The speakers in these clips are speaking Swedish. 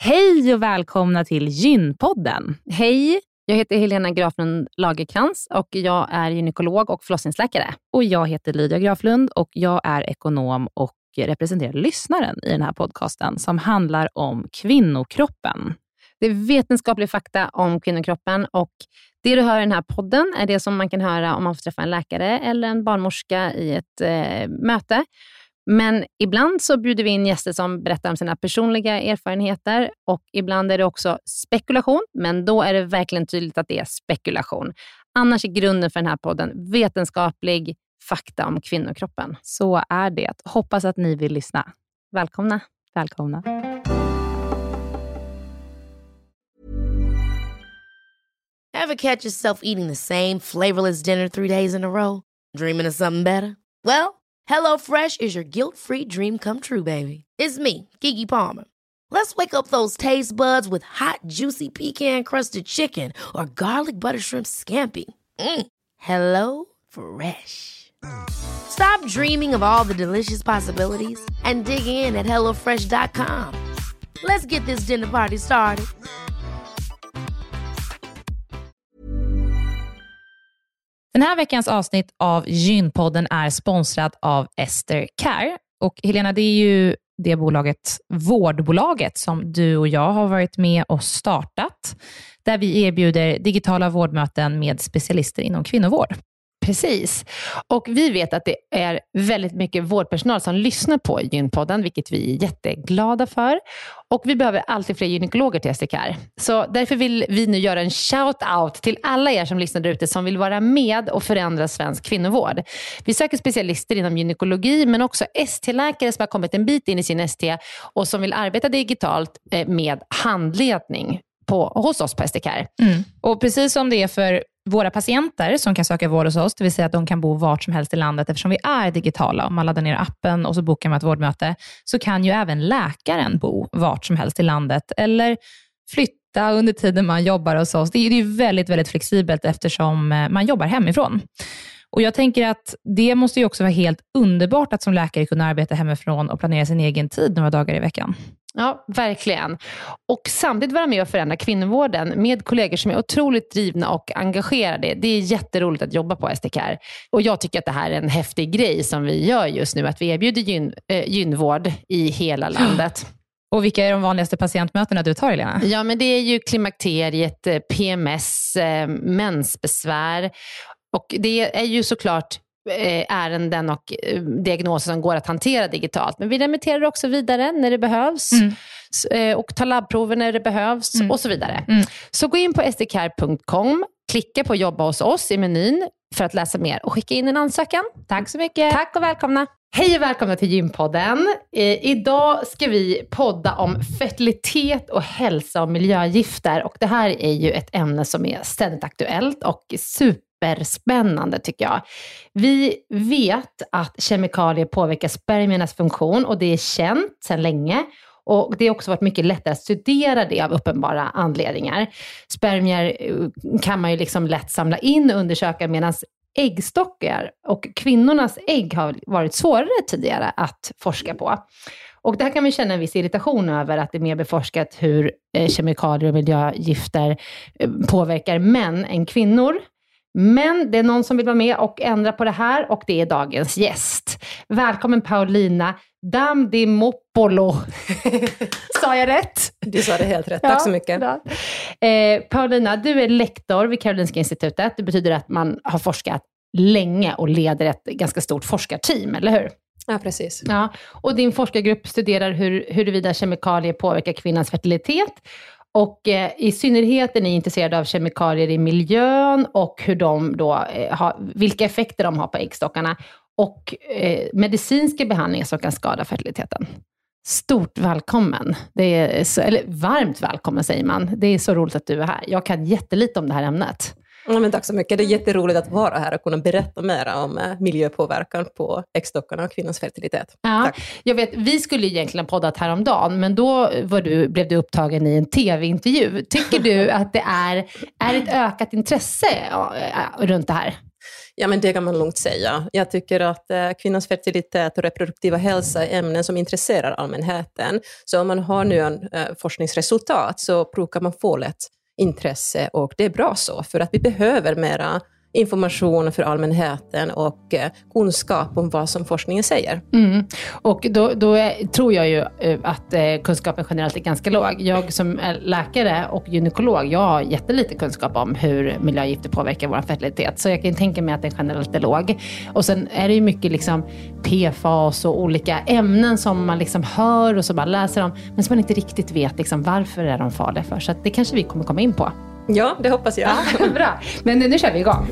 Hej och välkomna till Gynpodden. Hej, jag heter Helena Graflund Lagerkrans och jag är gynekolog och förlossningsläkare. Och jag heter Lydia Graflund och jag är ekonom och representerar lyssnaren i den här podcasten som handlar om kvinnokroppen. Det är vetenskaplig fakta om kvinnokroppen och det du hör i den här podden är det som man kan höra om man får träffa en läkare eller en barnmorska i ett möte. Men ibland så bjuder vi in gäster som berättar om sina personliga erfarenheter och ibland är det också spekulation, men då är det verkligen tydligt att det är spekulation. Annars är grunden för den här podden vetenskaplig fakta om kvinnokroppen. Så är det. Hoppas att ni vill lyssna. Välkomna. Välkomna. Ever catch yourself eating the same flavorless dinner 3 days in a row? Dreaming of something better? Well, HelloFresh is your guilt-free dream come true, baby. It's me, Keke Palmer. Let's wake up those taste buds with hot, juicy pecan-crusted chicken or garlic butter shrimp scampi. Hello Fresh. Stop dreaming of all the delicious possibilities and dig in at HelloFresh.com. Let's get this dinner party started. Den här veckans avsnitt av Gynpodden är sponsrad av Ester Care. Och Helena, det är ju det vårdbolaget som du och jag har varit med och startat. Där vi erbjuder digitala vårdmöten med specialister inom kvinnovård. Precis. Och vi vet att det är väldigt mycket vårdpersonal som lyssnar på Gynpodden, vilket vi är jätteglada för. Och vi behöver alltid fler gynekologer till SDK. Så därför vill vi nu göra en shout-out till alla er som lyssnar där ute som vill vara med och förändra svensk kvinnovård. Vi söker specialister inom gynekologi men också ST-läkare som har kommit en bit in i sin ST och som vill arbeta digitalt med handledning hos oss på SDK. Och precis som det är för våra patienter som kan söka vård hos oss, det vill säga att de kan bo vart som helst i landet eftersom vi är digitala. Om man laddar ner appen och så bokar man ett vårdmöte så kan ju även läkaren bo vart som helst i landet eller flytta under tiden man jobbar hos oss. Det är ju väldigt, väldigt flexibelt eftersom man jobbar hemifrån. Och jag tänker att det måste ju också vara helt underbart att som läkare kunna arbeta hemifrån och planera sin egen tid några dagar i veckan. Ja, verkligen. Och samtidigt vara med och förändra kvinnovården med kollegor som är otroligt drivna och engagerade. Det är jätteroligt att jobba på SDK. Och jag tycker att det här är en häftig grej som vi gör just nu. Att vi erbjuder gynvård i hela landet. Och vilka är de vanligaste patientmötena du tar, Helena? Ja, men det är ju klimakteriet, PMS, mensbesvär. Och det är ju såklart ärenden och diagnoser som går att hantera digitalt. Men vi remitterar också vidare när det behövs. Och tar labbprover när det behövs och så vidare. Så gå in på sdcare.com, klicka på jobba hos oss i menyn för att läsa mer och skicka in en ansökan. Tack så mycket. Tack och välkomna. Hej och välkomna till Gynpodden. Idag ska vi podda om fertilitet och hälsa och miljögifter. Och det här är ju ett ämne som är ständigt aktuellt och superspännande tycker jag. Vi vet att kemikalier påverkar spermiernas funktion och det är känt sedan länge. Och det har också varit mycket lättare att studera det av uppenbara anledningar. Spermier kan man ju liksom lätt samla in och undersöka medan äggstockar och kvinnornas ägg har varit svårare tidigare att forska på. Och där kan vi känna en viss irritation över att det är mer beforskat hur kemikalier och miljögifter påverkar män än kvinnor. Men det är någon som vill vara med och ändra på det här och det är dagens gäst. Välkommen Paulina Damdimopolo. Sa jag rätt? Du sa det helt rätt. Tack så mycket. Paulina, du är lektor vid Karolinska institutet. Det betyder att man har forskat länge och leder ett ganska stort forskarteam, eller hur? Ja, precis. Ja, och din forskargrupp studerar huruvida kemikalier påverkar kvinnans fertilitet. Och i synnerhet är ni intresserade av kemikalier i miljön och hur de då vilka effekter de har på äggstockarna. Och medicinska behandlingar som kan skada fertiliteten. Stort välkommen. Eller varmt välkommen säger man. Det är så roligt att du är här. Jag kan jättelite om det här ämnet. Ja, men tack så mycket. Det är jätteroligt att vara här och kunna berätta mer om miljöpåverkan på äggstockarna och kvinnans fertilitet. Ja, tack. Jag vet, vi skulle egentligen poddat häromdagen, men då blev du upptagen i en tv-intervju. Tycker du att det är ett ökat intresse runt det här? Ja, men det kan man lugnt säga. Jag tycker att kvinnans fertilitet och reproduktiva hälsa är ämnen som intresserar allmänheten. Så om man har nu en forskningsresultat så brukar man få lätt intresse, och det är bra så, för att vi behöver mera information för allmänheten och kunskap om vad som forskningen säger. Och då tror jag ju att kunskapen generellt är ganska låg. Jag som är läkare och gynekolog, jag har jättelite kunskap om hur miljögifter påverkar vår fertilitet. Så jag kan tänka mig att den generellt är låg. Och sen är det ju mycket liksom PFAS och olika ämnen som man liksom hör och så bara läser om, men som man inte riktigt vet liksom varför är de farliga för. Så att det kanske vi kommer komma in på. Ja, det hoppas jag. Ja, bra. Men nu kör vi igång.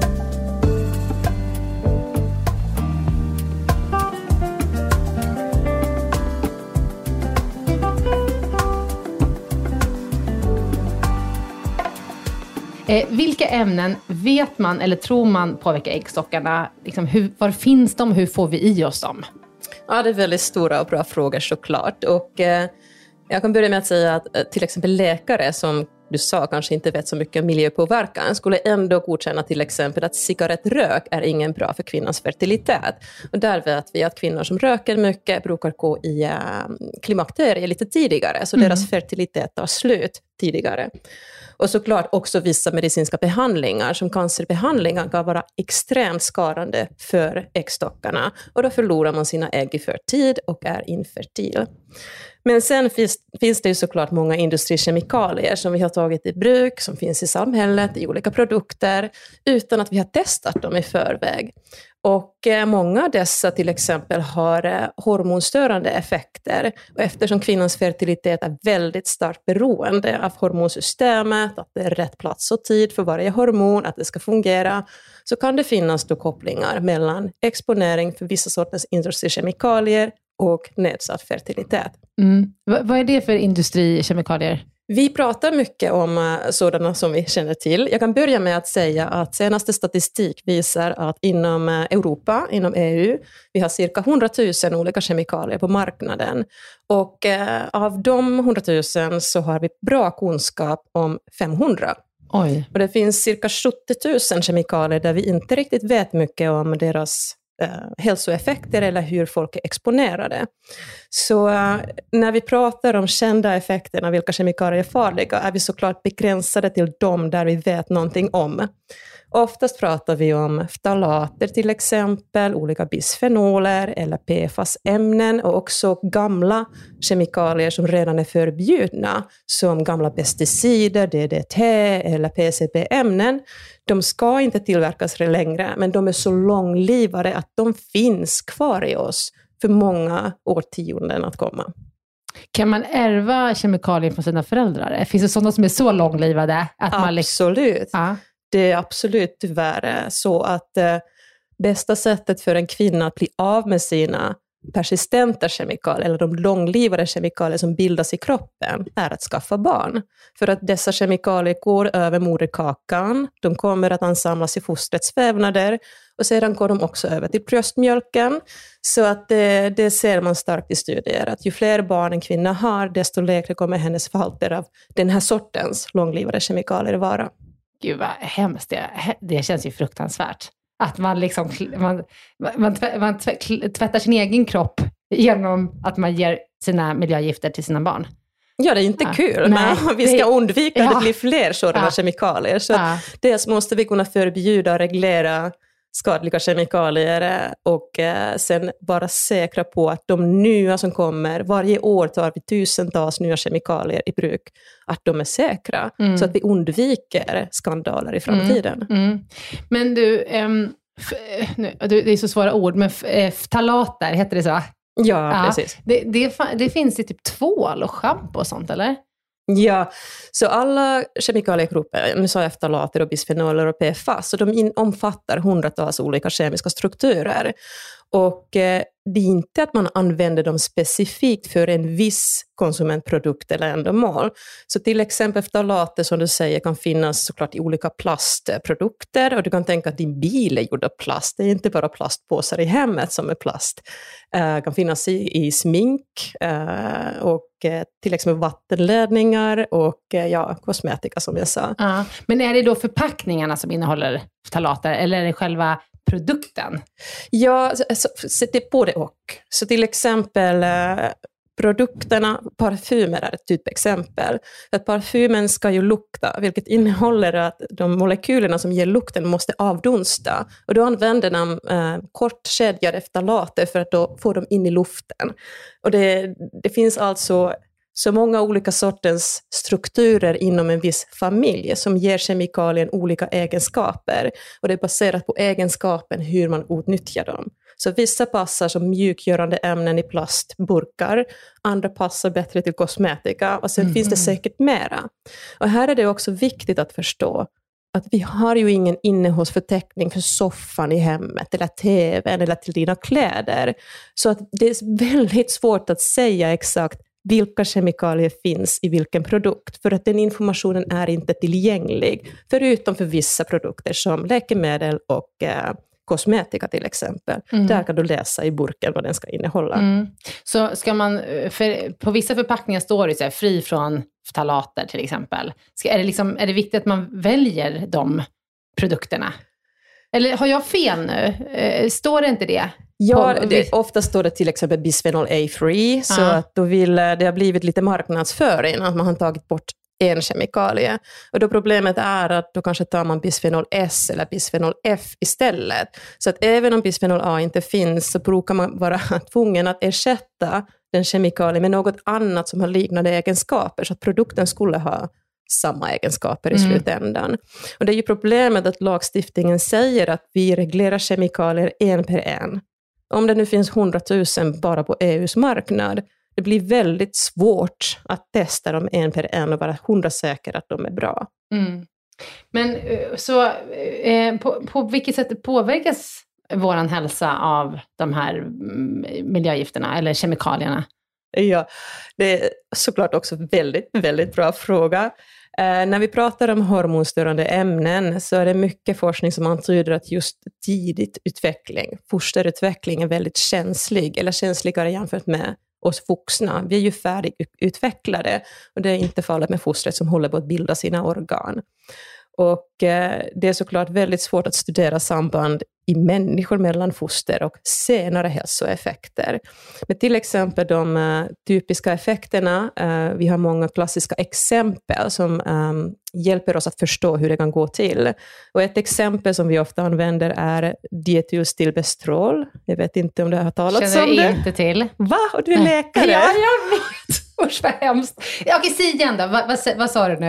Vilka ämnen vet man eller tror man påverkar äggstockarna? Liksom, var finns de? Hur får vi i oss dem? Ja, det är väldigt stora och bra frågor såklart. Och jag kan börja med att säga att till exempel läkare som du sa kanske inte vet så mycket om miljöpåverkan skulle ändå godkänna till exempel att cigarettrök är ingen bra för kvinnans fertilitet. Och där vet vi att kvinnor som röker mycket brukar gå i klimakteriet lite tidigare, så deras fertilitet tar slut tidigare. Och såklart också vissa medicinska behandlingar som cancerbehandlingar kan vara extremt skadande för äggstockarna, och då förlorar man sina ägg i förtid och är infertil. Men sen finns det ju såklart många industrikemikalier som vi har tagit i bruk, som finns i samhället i olika produkter utan att vi har testat dem i förväg. Och många av dessa till exempel har hormonstörande effekter. Och eftersom kvinnans fertilitet är väldigt starkt beroende av hormonsystemet, att det är rätt plats och tid för varje hormon, att det ska fungera, så kan det finnas då kopplingar mellan exponering för vissa sorters industrikemikalier och nedsatt fertilitet. Vad är det för industrikemikalier? Vi pratar mycket om sådana som vi känner till. Jag kan börja med att säga att senaste statistik visar att inom Europa, inom EU, vi har cirka 100 000 olika kemikalier på marknaden. Och av de 100 000 så har vi bra kunskap om 500. Oj. Och det finns cirka 70 000 kemikalier där vi inte riktigt vet mycket om deras hälsoeffekter eller hur folk är exponerade. Så när vi pratar om kända effekterna, vilka kemikalier är farliga, är vi såklart begränsade till dem där vi vet någonting om. Oftast pratar vi om ftalater till exempel, olika bisfenoler eller PFAS-ämnen, och också gamla kemikalier som redan är förbjudna, som gamla pesticider, DDT eller PCB-ämnen. De ska inte tillverkas längre, men de är så långlivade att de finns kvar i oss för många årtionden att komma. Kan man ärva kemikalier från sina föräldrar? Finns det sådana som är så långlivade? Att absolut. Ja. Det är absolut tyvärr så att bästa sättet för en kvinna att bli av med sina persistenta kemikalier eller de långlivade kemikalier som bildas i kroppen är att skaffa barn. För att dessa kemikalier går över moderkakan, de kommer att ansamlas i fostrets vävnader och sedan går de också över till bröstmjölken. Så att det ser man starkt i studier, att ju fler barn en kvinna har, desto lägre kommer hennes halter av den här sortens långlivade kemikalier vara. Gud vad hemskt, det känns ju fruktansvärt. Att man liksom man tvättar sin egen kropp genom att man ger sina miljögifter till sina barn. Ja, det är inte kul, men vi ska undvika att det blir fler sådana kemikalier. Så dels måste vi kunna förbjuda och reglera skadliga kemikalier och sen vara säkra på att de nya som kommer, varje år tar vi tusentals nya kemikalier i bruk, att de är säkra så att vi undviker skandaler i framtiden. Men du, det är så svåra ord, men ftalater, heter det så? Ja, precis. Det finns i typ tvål och shampoo och sånt, eller? Ja, så alla kemikaliegrupper, nu sa jag ftalater och bisfenoler och PFAS, så de omfattar hundratals olika kemiska strukturer. Och det är inte att man använder dem specifikt för en viss konsumentprodukt eller ändamål. Så till exempel ftalater som du säger kan finnas såklart i olika plastprodukter, och du kan tänka att din bil är gjord av plast. Det är inte bara plastpåsar i hemmet som är plast. Kan finnas i smink och till exempel vattenledningar och kosmetika som jag sa. Ja. Men är det då förpackningarna som innehåller ftalater eller är det själva produkten? Ja, så det är både och. Så till exempel produkterna, parfymer är ett typexempel. Att parfymen ska ju lukta, vilket innehåller att de molekylerna som ger lukten måste avdunsta. Och då använder de kortkedjade ftalater för att då få dem in i luften. Och det finns alltså så många olika sorters strukturer inom en viss familj som ger kemikalien olika egenskaper. Och det är baserat på egenskapen hur man utnyttjar dem. Så vissa passar som mjukgörande ämnen i plastburkar, andra passar bättre till kosmetika och sen finns det säkert mera. Och här är det också viktigt att förstå att vi har ju ingen innehållsförteckning för soffan i hemmet eller tvn eller till dina kläder. Så att det är väldigt svårt att säga exakt vilka kemikalier finns i vilken produkt, för att den informationen är inte tillgänglig, förutom för vissa produkter som läkemedel och kosmetika till exempel. Där kan du läsa i burken vad den ska innehålla. Så ska man, på vissa förpackningar står det så här, fri från ftalater till exempel. Är det viktigt att man väljer de produkterna? Eller har jag fel nu? Står det inte det? Ja, ofta står det till exempel bisphenol A-free, så att det har blivit lite marknadsföring att man har tagit bort en kemikalie. Och då problemet är att då kanske tar man bisphenol S eller bisphenol F istället. Så att även om bisphenol A inte finns så brukar man vara tvungen att ersätta den kemikalien med något annat som har liknande egenskaper, så att produkten skulle ha samma egenskaper i slutändan. Och det är ju problemet att lagstiftningen säger att vi reglerar kemikalier en per en. Om det nu finns 100 000 bara på EUs marknad, det blir väldigt svårt att testa dem en per en och vara 100 säker att de är bra. Men så på vilket sätt påverkas våran hälsa av de här miljögifterna eller kemikalierna? Ja, det är såklart också väldigt, väldigt bra fråga. När vi pratar om hormonstörande ämnen så är det mycket forskning som antyder att just tidigt utveckling, fosterutveckling är väldigt känslig, eller känsligare jämfört med oss vuxna. Vi är ju färdigutvecklade och det är inte fallet med fostret som håller på att bilda sina organ. Och det är såklart väldigt svårt att studera samband i människor mellan foster och senare hälsoeffekter. Men till exempel de typiska effekterna, vi har många klassiska exempel som hjälper oss att förstå hur det kan gå till. Och ett exempel som vi ofta använder är dietylstilbestrol. Jag vet inte om det har talats om det. Känner inte till. Va? Och du är läkare? Ja, jag vet. Usch, vad hemskt. Okej, säg igen då. Vad sa du nu?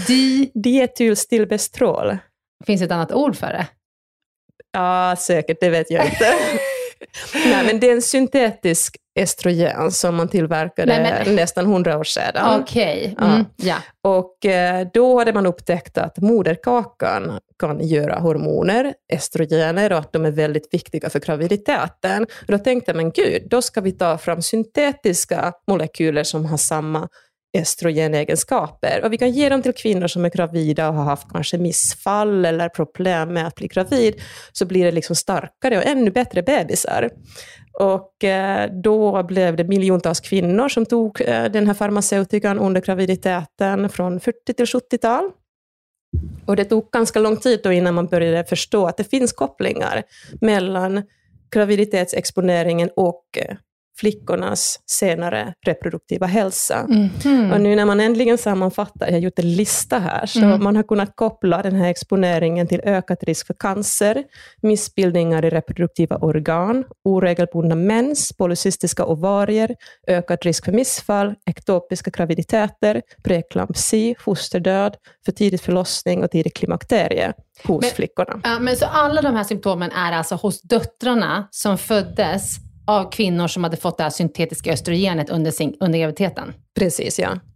Dietylstilbestrol. Finns ett annat ord för det? Ja, säkert. Det vet jag inte. Nej, men det är en syntetisk estrogen som man tillverkade nästan 100 år sedan. Okej. Ja. Och då hade man upptäckt att moderkakan kan göra hormoner, estrogener, och att de är väldigt viktiga för graviditeten. Och då tänkte man, då ska vi ta fram syntetiska molekyler som har samma estrogenegenskaper. Och vi kan ge dem till kvinnor som är gravida och har haft kanske missfall eller problem med att bli gravid, så blir det liksom starkare och ännu bättre bebisar. Och då blev det miljontals kvinnor som tog den här farmaceutikan under graviditeten från 40 till 70-tal. Och det tog ganska lång tid då innan man började förstå att det finns kopplingar mellan graviditetsexponeringen och flickornas senare reproduktiva hälsa. Och nu när man äntligen sammanfattar, jag har gjort en lista här, så man har kunnat koppla den här exponeringen till ökad risk för cancer, missbildningar i reproduktiva organ, oregelbundna mens, polycystiska ovarier, ökad risk för missfall, ektopiska graviditeter, preeklampsi, fosterdöd, för tidig förlossning och tidig klimakterie hos flickorna. Men så alla de här symptomen är alltså hos döttrarna som föddes av kvinnor som hade fått det här syntetiska östrogenet under graviditeten? Precis, ja.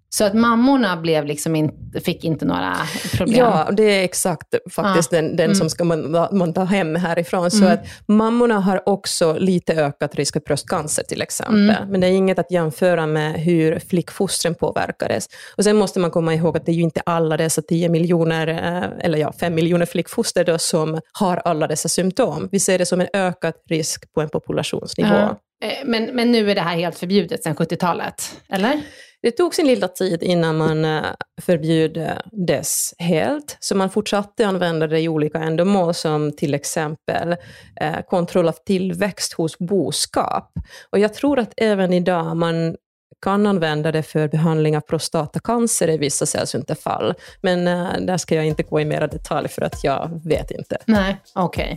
Så att mammorna blev liksom fick inte några problem? Ja, det är exakt faktiskt den som ska man ta hem härifrån. Så att mammorna har också lite ökat risk för bröstcancer till exempel. Men det är inget att jämföra med hur flickfostren påverkades. Och sen måste man komma ihåg att det är ju inte alla dessa 10 miljoner, eller 5 miljoner flickfoster då, som har alla dessa symptom. Vi ser det som en ökad risk på en populationsnivå. Men nu är det här helt förbjudet sedan 70-talet, eller? Det tog sin lilla tid innan man förbjöds helt. Så man fortsatte använda det i olika ändamål som till exempel kontroll av tillväxt hos boskap. Och jag tror att även idag man kan använda det för behandling av prostatacancer i vissa sällsynta fall. Men där ska jag inte gå i mera detalj för att jag vet inte. Nej, okej.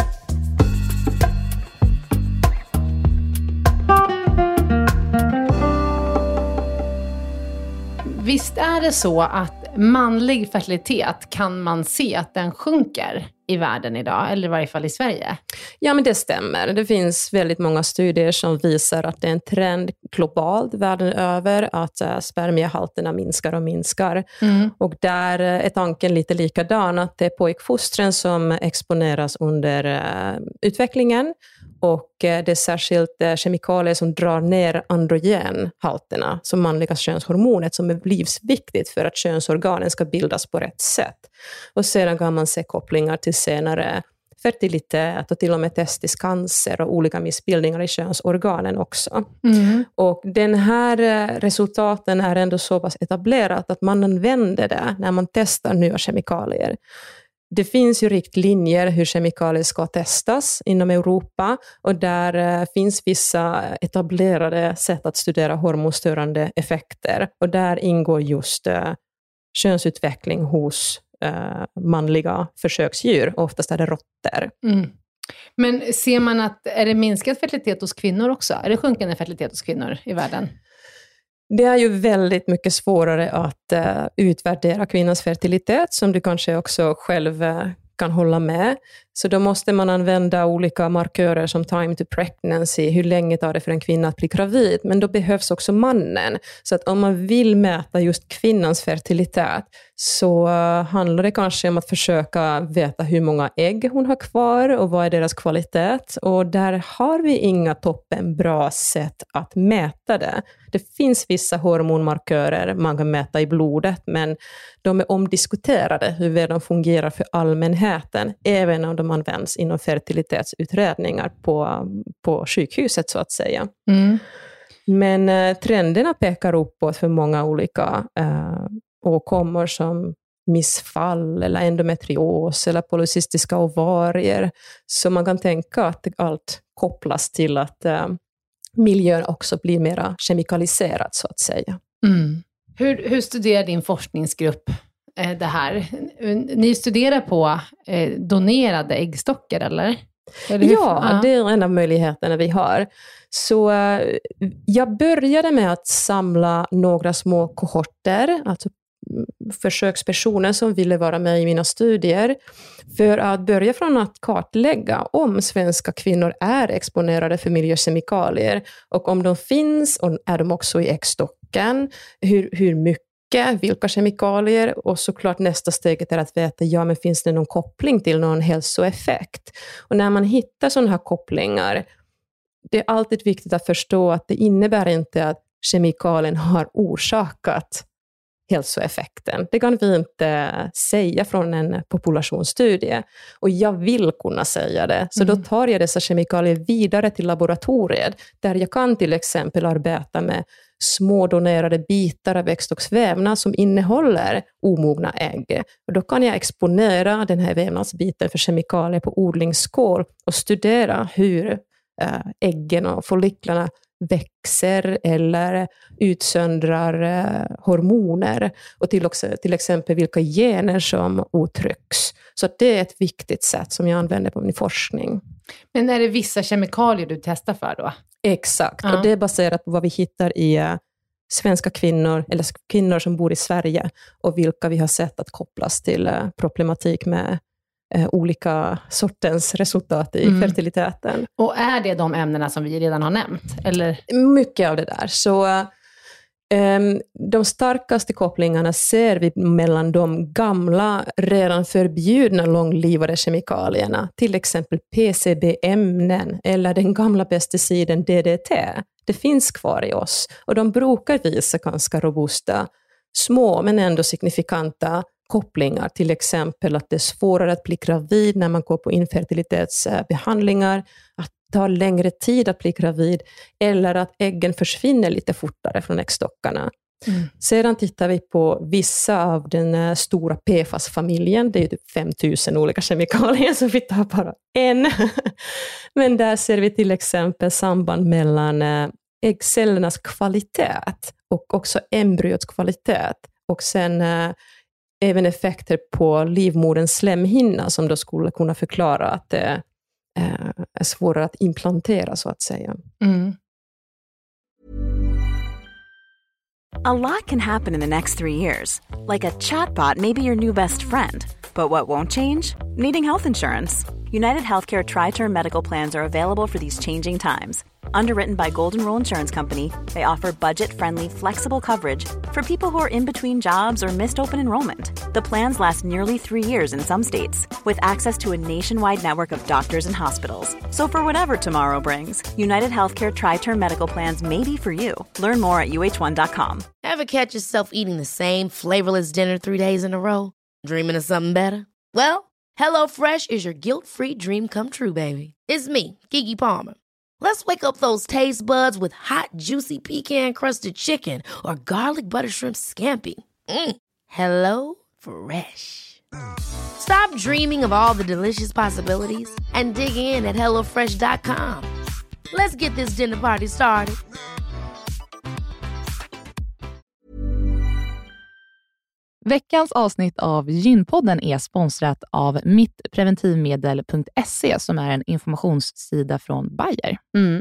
Visst är det så att manlig fertilitet kan man se att den sjunker i världen idag, eller i varje fall i Sverige? Ja, men det stämmer. Det finns väldigt många studier som visar att det är en trend globalt världen över att spermiehalterna minskar och minskar. Och där är tanken lite likadan, att det är pojkfostren som exponeras under utvecklingen. Och det är särskilt kemikalier som drar ner androgenhalterna, som manliga könshormonet, som är livsviktigt för att könsorganen ska bildas på rätt sätt. Och sedan kan man se kopplingar till senare fertilitet och till och med testiscancer och olika missbildningar i könsorganen också. Och den här resultaten är ändå så pass etablerat att man använder det när man testar nya kemikalier. Det finns ju riktlinjer hur kemikalier ska testas inom Europa, och där finns vissa etablerade sätt att studera hormonstörande effekter. Och där ingår just könsutveckling hos manliga försöksdjur, oftast är det råttor. Men ser man att, är det minskad fertilitet hos kvinnor också? Är det sjunkande fertilitet hos kvinnor i världen? Det är ju väldigt mycket svårare att utvärdera kvinnans fertilitet, som du kanske också själv kan hålla med. Så då måste man använda olika markörer som time to pregnancy, hur länge tar det för en kvinna att bli gravid. Men då behövs också mannen. Så att om man vill mäta just kvinnans fertilitet så handlar det kanske om att försöka veta hur många ägg hon har kvar och vad är deras kvalitet. Och där har vi inga toppenbra sätt att mäta det. Det finns vissa hormonmarkörer man kan mäta i blodet, men de är omdiskuterade hur väl de fungerar för allmänheten, även om de används inom fertilitetsutredningar på sjukhuset så att säga. Men trenderna pekar uppåt för många olika åkommor som missfall eller endometrios eller polycystiska ovarier. Så man kan tänka att allt kopplas till att miljön också blir mer kemikaliserad så att säga. Hur studerar din forskningsgrupp det här? Ni studerar på donerade äggstockar, eller? Ja, det är en av möjligheterna vi har. Så jag började med att samla några små kohorter, alltså försökspersoner som ville vara med i mina studier, för att börja från att kartlägga om svenska kvinnor är exponerade för miljökemikalier, och om de finns, och är de också i äggstocken, hur mycket, vilka kemikalier, och såklart nästa steget är att veta, men finns det någon koppling till någon hälsoeffekt? Och när man hittar sådana här kopplingar, det är alltid viktigt att förstå att det innebär inte att kemikalien har orsakat hälsoeffekten. Det kan vi inte säga från en populationsstudie. Och jag vill kunna säga det. Så då tar jag dessa kemikalier vidare till laboratoriet, där jag kan till exempel arbeta med små donerade bitar av äggstocksvävnad som innehåller omogna ägg. Och då kan jag exponera den här vävnadsbiten för kemikalier på odlingsskål och studera hur äggen och folliklarna växer eller utsöndrar hormoner, och till exempel vilka gener som uttrycks. Så det är ett viktigt sätt som jag använder på min forskning. Men är det vissa kemikalier du testar för då? Exakt, och det är baserat på vad vi hittar i svenska kvinnor, eller kvinnor som bor i Sverige, och vilka vi har sett att kopplas till problematik med olika sortens resultat i fertiliteten. Och är det de ämnena som vi redan har nämnt? Eller? Mycket av det där. Så De starkaste kopplingarna ser vi mellan de gamla, redan förbjudna långlivade kemikalierna, till exempel PCB-ämnen eller den gamla pesticiden DDT. Det finns kvar i oss och de brukar visa ganska robusta, små men ändå signifikanta kopplingar, till exempel att det är svårare att bli gravid när man går på infertilitetsbehandlingar, att det tar längre tid att bli gravid eller att äggen försvinner lite fortare från äggstockarna. Sedan tittar vi på vissa av den stora PFAS-familjen, det är ju typ 5000 olika kemikalier, så vi tar bara en. Men där ser vi till exempel samband mellan äggcellernas kvalitet och också embryots kvalitet, och sen även effekter på livmoderns slemhinna som då skulle kunna förklara att det är svårare att implantera, så att säga. A lot can happen in the next 3 years. Like a chatbot may be your new best friend. But what won't change? Needing health insurance. United Healthcare Tri-Term Medical Plans are available for these changing times. Underwritten by Golden Rule Insurance Company, they offer budget-friendly, flexible coverage for people who are in between jobs or missed open enrollment. The plans last nearly 3 years in some states, with access to a nationwide network of doctors and hospitals. So for whatever tomorrow brings, United Healthcare Tri-Term Medical Plans may be for you. Learn more at uh1.com. Ever catch yourself eating the same flavorless dinner 3 days in a row? Dreaming of something better? Well, HelloFresh is your guilt-free dream come true, baby. It's me, Keke Palmer. Let's wake up those taste buds with hot, juicy pecan-crusted chicken or garlic butter shrimp scampi. Hello Fresh. Stop dreaming of all the delicious possibilities and dig in at HelloFresh.com. Let's get this dinner party started. Veckans avsnitt av Gynpodden är sponsrat av mittpreventivmedel.se som är en informationssida från Bayer.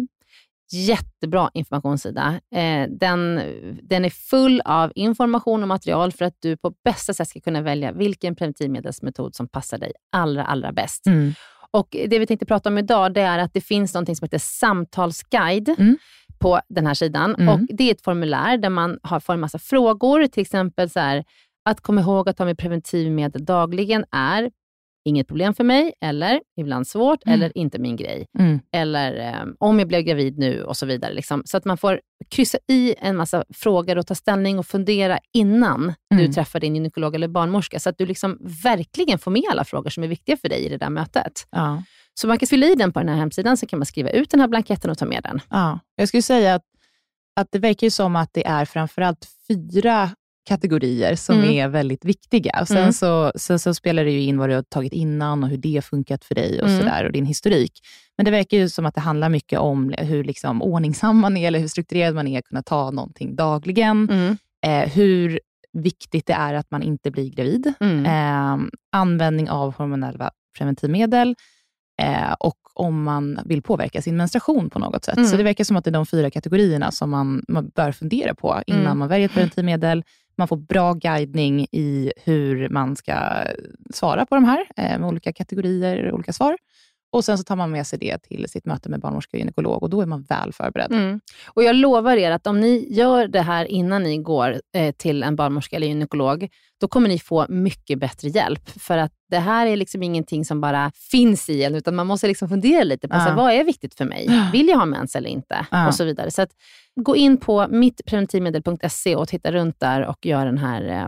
Jättebra informationssida. Den är full av information och material för att du på bästa sätt ska kunna välja vilken preventivmedelsmetod som passar dig allra bäst. Och det vi tänkte prata om idag, det är att det finns något som heter samtalsguide på den här sidan. Och det är ett formulär där man får en massa frågor, till exempel så här: att komma ihåg att ta med preventivmedel dagligen är inget problem för mig, eller ibland svårt, eller inte min grej. Eller om jag blev gravid nu och så vidare. Liksom. Så att man får kryssa i en massa frågor och ta ställning och fundera innan du träffar din gynekolog eller barnmorska. Så att du liksom verkligen får med alla frågor som är viktiga för dig i det där mötet. Ja. Så man kan fylla i den på den här hemsidan, så kan man skriva ut den här blanketten och ta med den. Ja. Jag skulle säga att det verkar ju som att det är framförallt 4 kategorier som är väldigt viktiga. Och sen så spelar det ju in vad du har tagit innan och hur det har funkat för dig och sådär, och din historik. Men det verkar ju som att det handlar mycket om hur liksom ordningsam man är eller hur strukturerad man är att kunna ta någonting dagligen. Hur viktigt det är att man inte blir gravid. Användning av hormonella preventivmedel. Och om man vill påverka sin menstruation på något sätt. Så det verkar som att det är de 4 kategorierna som man bör fundera på innan man väljer ett preventivmedel. Man får bra guidning i hur man ska svara på de här med olika kategorier, olika svar. Och sen så tar man med sig det till sitt möte med barnmorska och gynekolog, och då är man väl förberedd. Och jag lovar er att om ni gör det här innan ni går till en barnmorska eller gynekolog, då kommer ni få mycket bättre hjälp. För att det här är liksom ingenting som bara finns i en, utan man måste liksom fundera lite på så här, vad är viktigt för mig? Vill jag ha mens eller inte? Och så vidare. Så att gå in på mittpreventivmedel.se och titta runt där och gör den här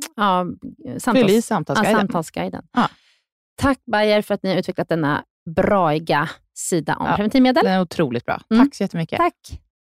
samtalsguiden. Tack Bayer för att ni har utvecklat denna braiga sida om preventivmedel. Den är otroligt bra. Tack så jättemycket. Tack.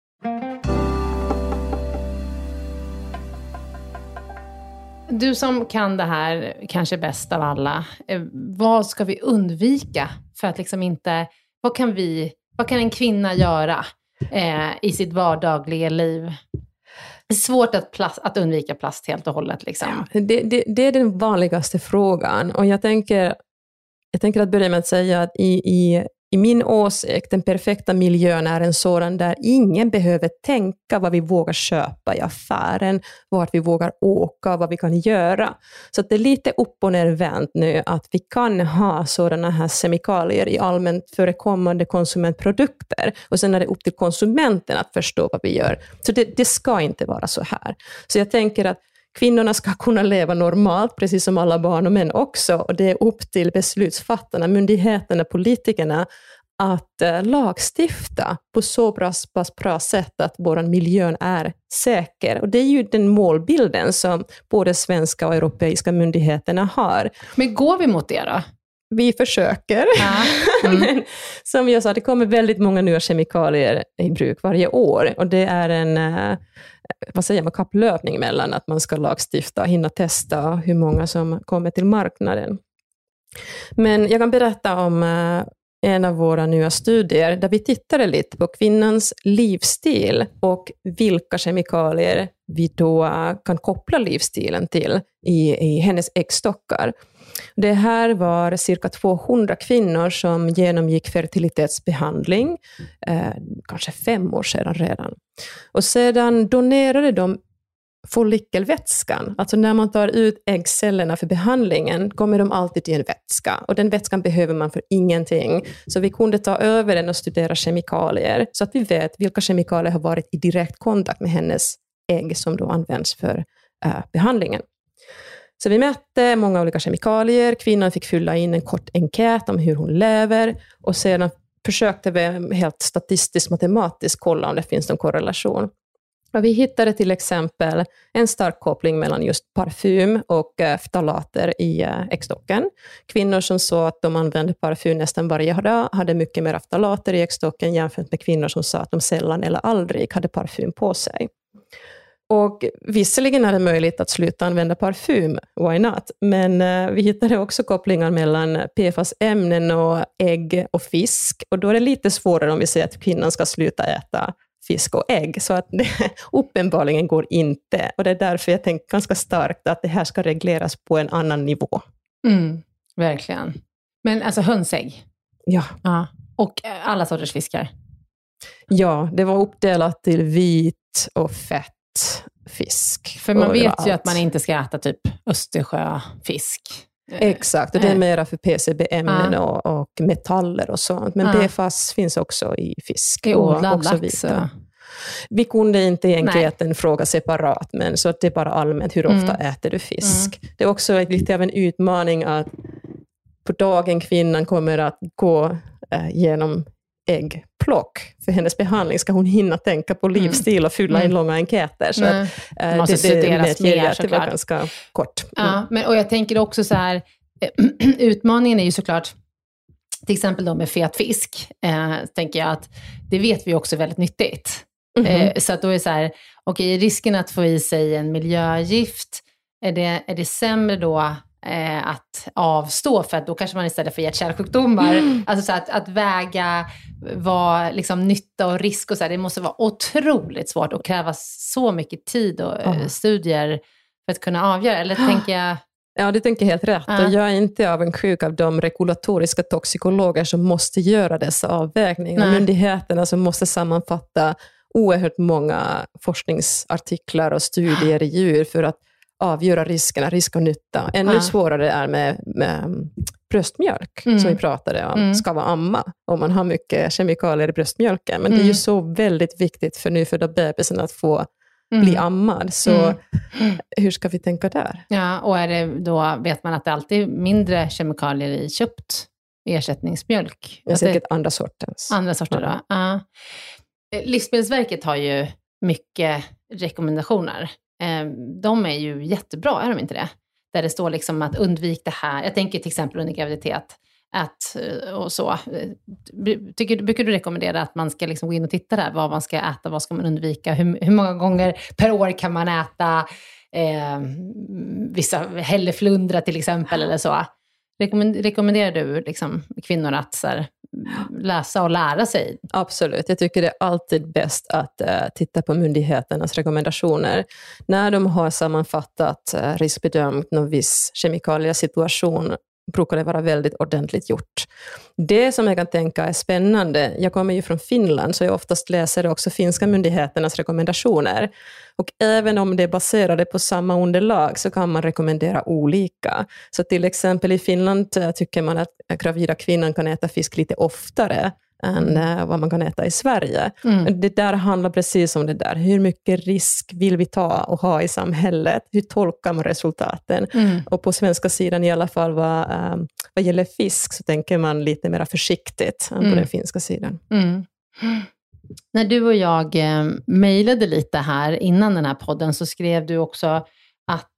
Du som kan det här kanske bäst av alla, vad ska vi undvika för att liksom inte, vad kan en kvinna göra i sitt vardagliga liv? Det är svårt att undvika plast helt och hållet. Liksom. Ja, det är den vanligaste frågan, och jag tänker att börja med att säga att i i min åsikt, den perfekta miljön är en sådan där ingen behöver tänka vad vi vågar köpa i affären, vart vi vågar åka, vad vi kan göra. Så att det är lite upp och ner vänt nu att vi kan ha sådana här kemikalier i allmänt förekommande konsumentprodukter. Och sen är det upp till konsumenten att förstå vad vi gör. Så det ska inte vara så här. Så jag tänker att kvinnorna ska kunna leva normalt, precis som alla barn och män också. Och det är upp till beslutsfattarna, myndigheterna, politikerna att lagstifta på så bra sätt att vår miljön är säker. Och det är ju den målbilden som både svenska och europeiska myndigheterna har. Men går vi mot det då? Vi försöker. Men som jag sa, det kommer väldigt många nya kemikalier i bruk varje år. Och det är en kapplöpning mellan att man ska lagstifta och hinna testa hur många som kommer till marknaden. Men jag kan berätta om en av våra nya studier där vi tittade lite på kvinnans livsstil och vilka kemikalier vi då kan koppla livsstilen till i hennes äggstockar. Det här var cirka 200 kvinnor som genomgick fertilitetsbehandling, kanske 5 år sedan redan. Och sedan donerade de follikelvätskan. Alltså när man tar ut äggcellerna för behandlingen kommer de alltid i en vätska. Och den vätskan behöver man för ingenting. Så vi kunde ta över den och studera kemikalier så att vi vet vilka kemikalier har varit i direkt kontakt med hennes ägg som då används för behandlingen. Så vi mätte många olika kemikalier. Kvinnan fick fylla in en kort enkät om hur hon lever. Och sedan försökte vi helt statistiskt matematiskt kolla om det finns någon korrelation. Och vi hittade till exempel en stark koppling mellan just parfym och ftalater i äggstocken. Kvinnor som sa att de använde parfym nästan varje dag hade mycket mer ftalater i äggstocken jämfört med kvinnor som sa att de sällan eller aldrig hade parfym på sig. Och visserligen är det möjligt att sluta använda parfym, why not? Men vi hittade också kopplingar mellan PFAS-ämnen och ägg och fisk. Och då är det lite svårare om vi säger att kvinnan ska sluta äta fisk och ägg. Så att det uppenbarligen går inte. Och det är därför jag tänker ganska starkt att det här ska regleras på en annan nivå. Verkligen. Men alltså hönsägg? Ja. Och alla sorters fiskar? Ja, det var uppdelat till vit och fett fisk. För man vet ju att man inte ska äta typ Östersjöfisk. Exakt, och det är mera för PCB-ämnen och metaller och sånt. Men PFAS finns också i fisk och också vita. Vi kunde inte i enkäten fråga separat, men så att det är bara allmänt hur ofta äter du fisk. Det är också lite av en utmaning att på dagen kvinnan kommer att gå genom äggplock för hennes behandling ska hon hinna tänka på livsstil och fylla in långa enkäter. Så att, det var ganska kort. Och jag tänker också så här, utmaningen är ju såklart till exempel då med fet fisk, tänker jag att det vet vi också är väldigt nyttigt. Så att då är det så här, okej, risken att få i sig en miljögift, är det sämre då att avstå, för att då kanske man istället för hjärt-kärlsjukdomar, alltså så att väga vad liksom nytta och risk och så här, det måste vara otroligt svårt och kräva så mycket tid och studier för att kunna avgöra, eller tänker jag? Ja, du tänker helt rätt. Och jag är inte avundsjuk av de regulatoriska toxikologer som måste göra dessa avvägningar. Myndigheterna som måste sammanfatta oerhört många forskningsartiklar och studier i djur för att avgöra riskerna, risk och nytta. Ännu svårare är med bröstmjölk, som vi pratade om. Ska vara amma om man har mycket kemikalier i bröstmjölken. Men det är ju så väldigt viktigt för nyfödda bebisen att få bli ammad. Så hur ska vi tänka där? Ja, och är det då, vet man att det alltid är mindre kemikalier i köpt ersättningsmjölk? Ja, säkert andra sortens. Andra sorter då? Ja. Livsmedelsverket har ju mycket rekommendationer. De är ju jättebra, är de inte det? Där det står liksom att undvik det här. Jag tänker till exempel under graviditet. Och så. Brukar du rekommendera att man ska liksom gå in och titta där? Vad man ska äta, vad ska man undvika? Hur många gånger per år kan man äta vissa hälleflundra till exempel eller så? Rekommenderar du liksom kvinnor att så här, läsa och lära sig? Absolut, jag tycker det är alltid bäst att titta på myndigheternas rekommendationer. När de har sammanfattat riskbedömt någon viss kemikaliesituation brukar det vara väldigt ordentligt gjort. Det som jag kan tänka är spännande, jag kommer ju från Finland så jag oftast läser också finska myndigheternas rekommendationer. Och även om det är baserade på samma underlag så kan man rekommendera olika. Så till exempel i Finland tycker man att gravida kvinnan kan äta fisk lite oftare än vad man kan äta i Sverige. Det där handlar precis om det där. Hur mycket risk vill vi ta och ha i samhället? Hur tolkar man resultaten? Och på svenska sidan i alla fall vad gäller fisk så tänker man lite mer försiktigt än på den finska sidan. När du och jag mejlade lite här innan den här podden så skrev du också att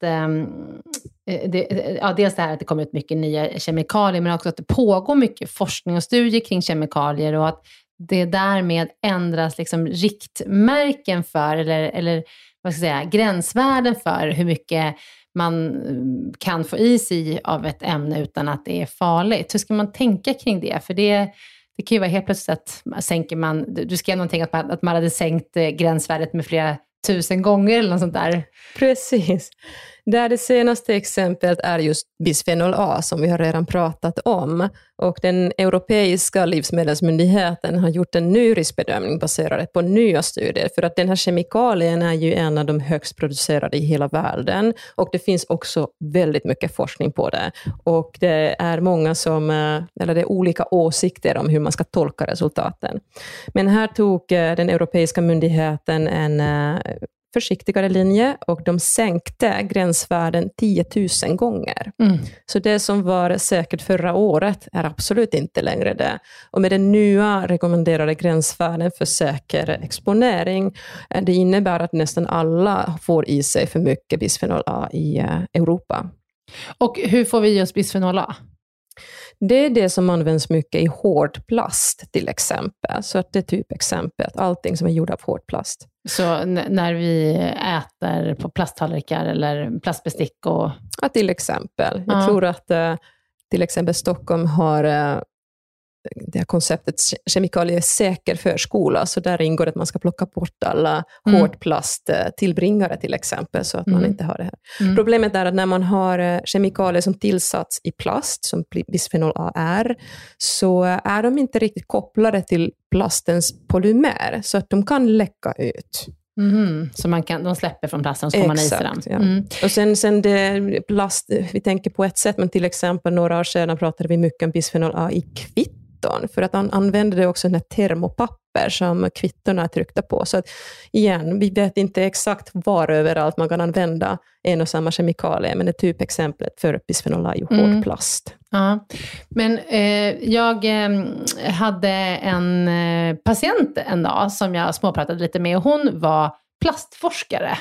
dels det här att det kommer ut mycket nya kemikalier men också att det pågår mycket forskning och studier kring kemikalier och att det därmed ändras liksom riktmärken för eller vad ska jag säga, gränsvärden för hur mycket man kan få i sig av ett ämne utan att det är farligt. Hur ska man tänka kring det? För det kan ju vara helt plötsligt att sänker man, du skrev någonting att man hade sänkt gränsvärdet med flera 1000 gånger eller något sånt där. Precis. Det senaste exemplet är just bisfenol A som vi har redan pratat om. Och den europeiska livsmedelsmyndigheten har gjort en ny riskbedömning baserad på nya studier. För att den här kemikalien är ju en av de högst producerade i hela världen. Och det finns också väldigt mycket forskning på det. Och det är många det är olika åsikter om hur man ska tolka resultaten. Men här tog den europeiska myndigheten en försiktigare linje och de sänkte gränsvärden 10 000 gånger. Så det som var säkert förra året är absolut inte längre det. Och med den nya rekommenderade gränsvärden för säker exponering, det innebär att nästan alla får i sig för mycket bisfenol A i Europa. Och hur får vi just bisfenol A? Det är det som används mycket i hård plast till exempel. Så att det är typ exempel, allting som är gjort av hård plast. Så när vi äter på plasttallrikar eller plastbestick och... Ja, till exempel. Jag tror att till exempel Stockholm har det här konceptet kemikaliesäker förskola. Så där ingår att man ska plocka bort alla hårdplasttillbringare till exempel så att man inte har det här. Problemet är att när man har kemikalier som tillsats i plast som bisfenol A är, så är de inte riktigt kopplade till plastens polymer så att de kan läcka ut. Så de släpper från plasten och så får man i sig den. Ja. Och sen det plast, vi tänker på ett sätt, men till exempel några år sedan pratade vi mycket om bisfenol A i kvitton, för att han använde det också när termopapper som kvittorna är tryckta på. Så att, igen, vi vet inte exakt var överallt man kan använda en och samma kemikalie, men det är typ exemplet för bisfenol A i hård plast. Ja, men jag hade en patient en dag som jag småpratade lite med och hon var plastforskare.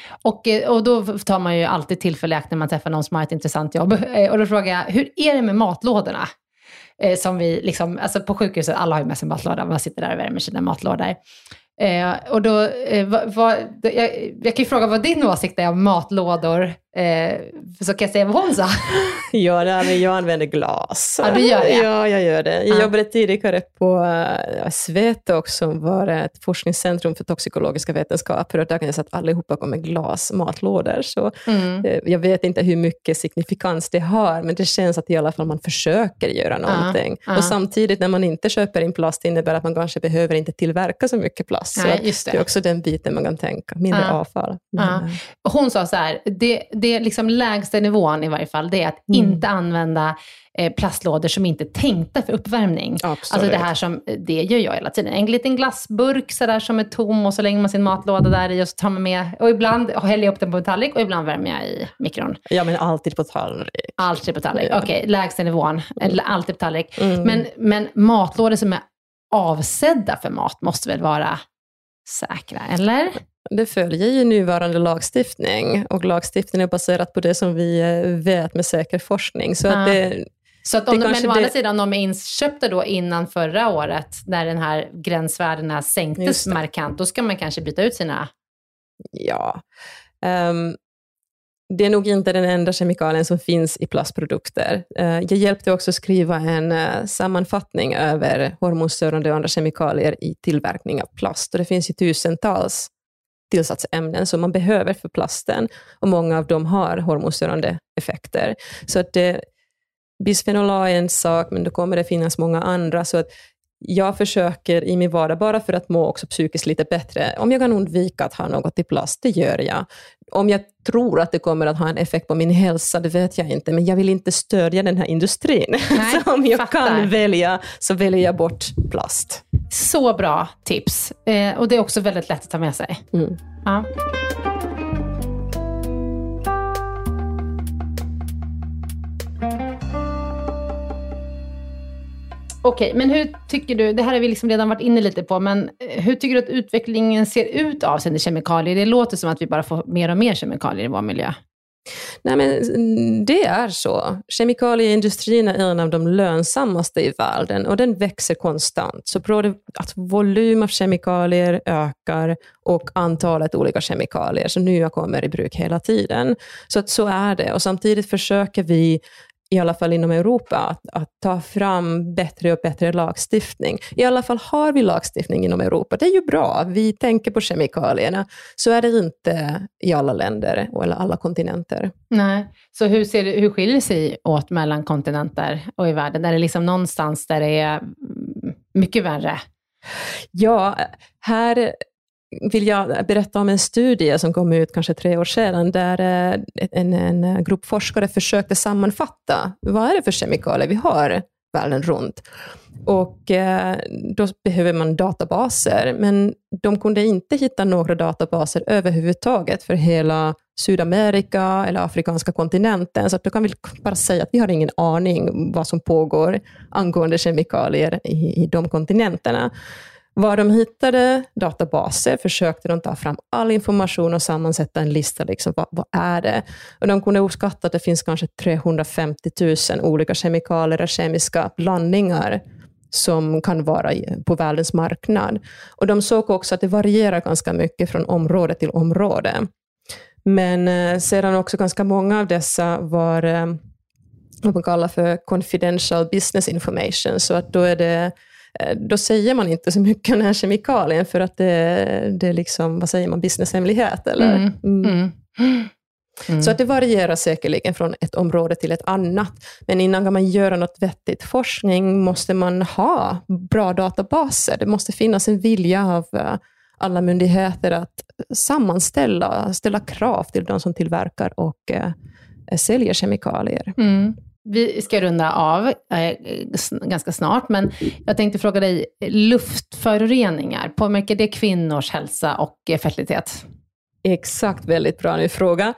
Och då tar man ju alltid tillfälle i akt när man träffar någon som har ett intressant jobb. Och då frågar jag, hur är det med matlådorna? Som vi liksom, alltså på sjukhuset, alla har ju med sig matlåda, man sitter där och värmer sina matlådor. Och då, jag kan ju fråga vad din åsikt är om matlådor, så kan jag säga vad hon sa. Ja, jag använder glas. Ja, du gör det? Ja, jag gör det. Jag jobbade tidigare på Svetok som var ett forskningscentrum för toxikologiska vetenskaper och där kan jag säga att allihopa kommer glas matlådor. Så jag vet inte hur mycket signifikans det har, men det känns att i alla fall man försöker göra någonting. Och samtidigt när man inte köper in plast innebär att man kanske behöver inte tillverka så mycket plast. Så det är också den biten man kan tänka. Mindre avfall. Hon sa så här, det är liksom lägsta nivån i varje fall, det är att inte använda plastlådor som inte är tänkta för uppvärmning. Absolut. Alltså det här som, det gör jag hela tiden. En liten glassburk så där som är tom och så lägger man sin matlåda där i och så tar man med, och ibland häller jag upp den på en tallrik och ibland värmer jag i mikron. Ja, men alltid på tallrik. Alltid på tallrik, okej, lägsta nivån. Alltid på tallrik. Men matlådor som är avsedda för mat måste väl vara säkra, eller? Det följer ju nuvarande lagstiftning och lagstiftningen är baserat på det som vi vet med säker forskning. Så att så att men å andra sidan, de är inköpta då innan förra året när den här gränsvärdena sänktes markant, då ska man kanske byta ut sina... Ja, det är nog inte den enda kemikalien som finns i plastprodukter. Jag hjälpte också skriva en sammanfattning över hormonstörande och andra kemikalier i tillverkning av plast. Och det finns ju tusentals tillsatsämnen som man behöver för plasten och många av dem har hormonstörande effekter. Så att Bisfenol A är en sak, men då kommer det finnas många andra. Så att jag försöker i min vardag, bara för att må också psykiskt lite bättre. Om jag kan undvika att ha något i plast, det gör jag. Om jag tror att det kommer att ha en effekt på min hälsa, det vet jag inte. Men jag vill inte stödja den här industrin. Nej, så om jag kan välja, så väljer jag bort plast. Så bra tips. Och det är också väldigt lätt att ta med sig. Ja. Okej, men hur tycker du, det här har vi liksom redan varit inne lite på, men hur tycker du att utvecklingen ser ut avseende kemikalier? Det låter som att vi bara får mer och mer kemikalier i vår miljö. Nej, men det är så. Kemikalieindustrin är en av de lönsammaste i världen och den växer konstant. Så att volym av kemikalier ökar och antalet olika kemikalier, så nya kommer i bruk hela tiden. Så är det. Och samtidigt försöker vi, i alla fall inom Europa, att ta fram bättre och bättre lagstiftning. I alla fall har vi lagstiftning inom Europa. Det är ju bra. Vi tänker på kemikalierna. Så är det inte i alla länder eller alla kontinenter. Nej. Så hur skiljer det sig åt mellan kontinenter och i världen? Är det liksom någonstans där det är mycket värre? Ja, här vill jag berätta om en studie som kom ut kanske 3 år sedan, där en grupp forskare försökte sammanfatta vad är det för kemikalier vi har världen runt. Och då behöver man databaser, men de kunde inte hitta några databaser överhuvudtaget för hela Sydamerika eller afrikanska kontinenten. Så att då kan vi bara säga att vi har ingen aning vad som pågår angående kemikalier i de kontinenterna. Var de hittade databaser försökte de ta fram all information och sammansätta en lista. Liksom, vad är det? Och de kunde uppskatta att det finns kanske 350 000 olika kemikalier och kemiska blandningar som kan vara på världens marknad. Och de såg också att det varierar ganska mycket från område till område. Men sedan också ganska många av dessa var vad man kallar för confidential business information. Så att då säger man inte så mycket om den här kemikalien för att det är liksom, vad säger man, businesshemlighet eller? Så att det varierar säkerligen från ett område till ett annat. Men innan man göra något vettigt forskning måste man ha bra databaser. Det måste finnas en vilja av alla myndigheter att ställa krav till de som tillverkar och säljer kemikalier. Vi ska runda av ganska snart, men jag tänkte fråga dig, luftföroreningar, påverkar det kvinnors hälsa och fertilitet? Exakt, väldigt bra nu fråga.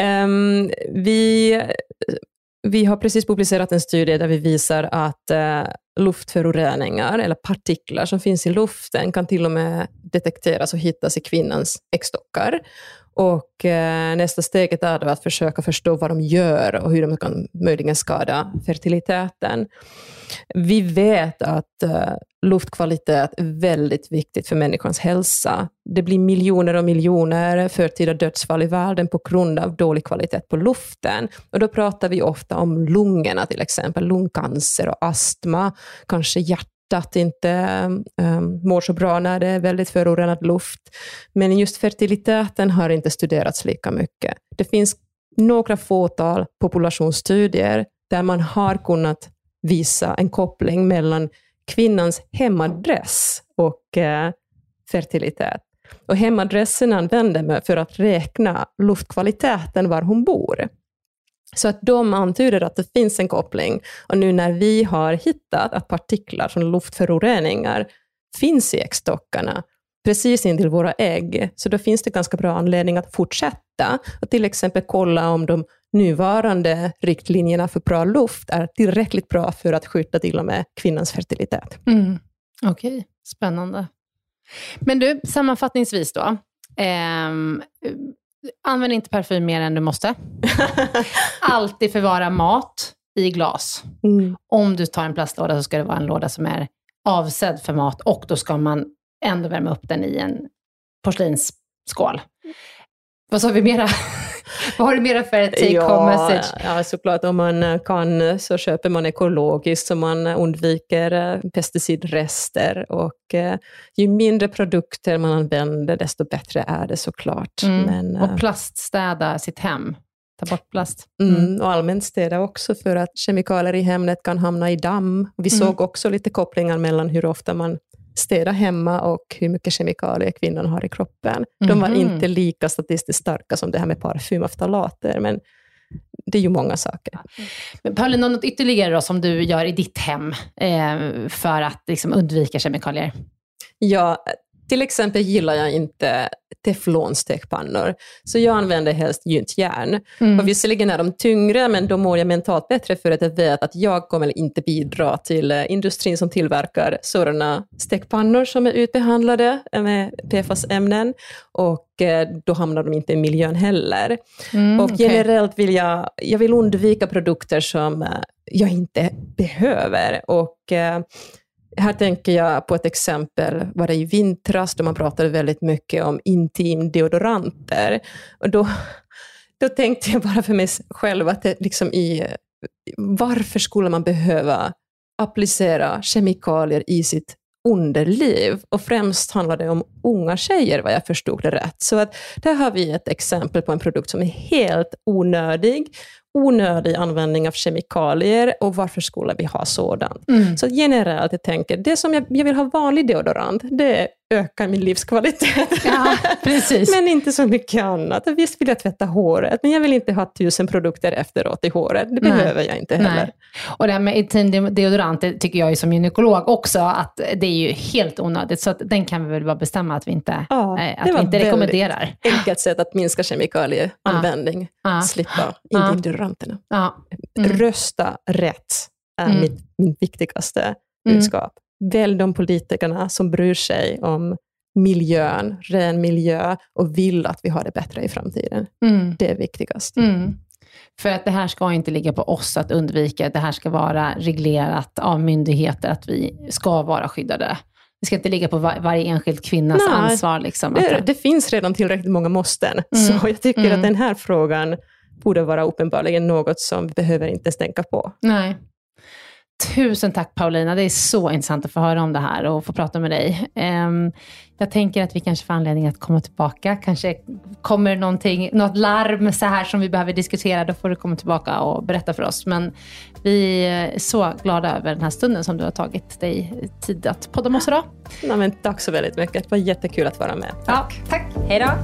Vi har precis publicerat en studie där vi visar att luftföroreningar eller partiklar som finns i luften kan till och med detekteras och hittas i kvinnans äggstockar. Och nästa steget är då att försöka förstå vad de gör och hur de kan möjligen skada fertiliteten. Vi vet att luftkvalitet är väldigt viktigt för människans hälsa. Det blir miljoner och miljoner förtida dödsfall i världen på grund av dålig kvalitet på luften. Och då pratar vi ofta om lungorna, till exempel lungcancer och astma, kanske hjärtat inte mår så bra när det är väldigt förorenad luft. Men just fertiliteten har inte studerats lika mycket. Det finns några fåtal populationsstudier där man har kunnat visa en koppling mellan kvinnans hemadress och fertilitet. Och hemadressen använder man för att räkna luftkvaliteten var hon bor. Så att de antyder att det finns en koppling. Och nu när vi har hittat att partiklar från luftföroreningar finns i äggstockarna precis in till våra ägg, så då finns det ganska bra anledning att fortsätta och till exempel kolla om de nuvarande riktlinjerna för bra luft är tillräckligt bra för att skydda till och med kvinnans fertilitet. Okej, spännande. Men du, sammanfattningsvis då, använd inte parfym mer än du måste. Alltid förvara mat i glas. Om du tar en plastlåda så ska det vara en låda som är avsedd för mat, och då ska man ändå värma upp den i en porslinsskål. Vad sa vi mera? Vad har du mera för take-home message? Ja, såklart. Om man kan så köper man ekologiskt så man undviker pesticidrester. Och ju mindre produkter man använder desto bättre är det såklart. Och plaststäda sitt hem. ta bort plast. Och allmänt städa också, för att kemikalier i hemmet kan hamna i damm. Vi såg också lite kopplingar mellan hur ofta man städar hemma och hur mycket kemikalier kvinnan har i kroppen. De var inte lika statistiskt starka som det här med parfym och ftalater, men det är ju många saker. Men Paulina, något ytterligare då som du gör i ditt hem för att liksom undvika kemikalier? Ja, till exempel gillar jag inte teflonstekpannor. Så jag använder helst gyntjärn. Och visserligen är de tyngre, men då mår jag mentalt bättre för att jag vet att jag kommer inte bidra till industrin som tillverkar sådana stekpannor som är utbehandlade med PFAS-ämnen. Och då hamnar de inte i miljön heller. Och generellt vill jag vill undvika produkter som jag inte behöver. Och här tänker jag på ett exempel, var det i vintras då man pratade väldigt mycket om intimdeodoranter. Och då tänkte jag bara för mig själv att det liksom varför skulle man behöva applicera kemikalier i sitt underliv? Och främst handlar det om unga tjejer, vad jag förstod det rätt. Så att där har vi ett exempel på en produkt som är helt onödig användning av kemikalier, och varför skulle vi ha sådant? Så generellt jag tänker, det som jag vill ha vanlig deodorant, det ökar min livskvalitet. Ja, precis. Men inte så mycket annat. Visst vill jag tvätta håret, men jag vill inte ha 1000 produkter efteråt i håret. Det behöver jag inte heller. Nej. Och det här med intimdeodorant, det tycker jag ju som gynekolog också, att det är ju helt onödigt. Så att den kan vi väl bara bestämma att vi inte, rekommenderar. Enkelt sätt att minska kemikalieanvändning. Slippa intimdeodoranterna. Rösta rätt är min viktigaste budskap. Välj de politikerna som bryr sig om miljön, ren miljö, och vill att vi har det bättre i framtiden. Det är viktigast. För att det här ska inte ligga på oss att undvika. Det här ska vara reglerat av myndigheter, att vi ska vara skyddade. Det ska inte ligga på varje enskild kvinnas ansvar. Liksom, det finns redan tillräckligt många måsten. Så jag tycker att den här frågan borde vara uppenbarligen något som vi behöver inte tänka på. Nej. Tusen tack Paulina, det är så intressant att få höra om det här och få prata med dig. Jag tänker att vi kanske får anledning att komma tillbaka. Kanske kommer något larm så här som vi behöver diskutera, då får du komma tillbaka och berätta för oss. Men vi är så glada över den här stunden som du har tagit dig tid att podda med oss idag. Ja, men tack så väldigt mycket, det var jättekul att vara med. Tack. Ja, tack. Hej då.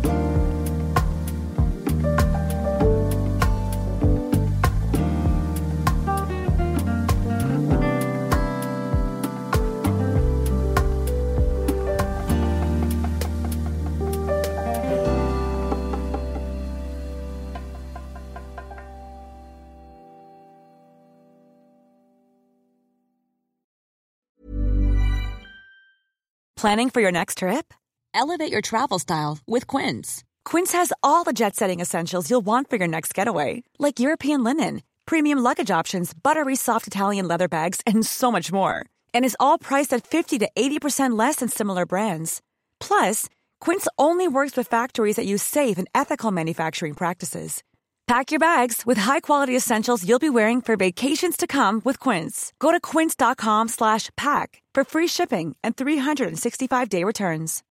Planning for your next trip? Elevate your travel style with Quince. Quince has all the jet-setting essentials you'll want for your next getaway, like European linen, premium luggage options, buttery soft Italian leather bags, and so much more. And is all priced at 50 to 80% less than similar brands. Plus, Quince only works with factories that use safe and ethical manufacturing practices. Pack your bags with high-quality essentials you'll be wearing for vacations to come with Quince. Go to quince.com/pack for free shipping and 365-day returns.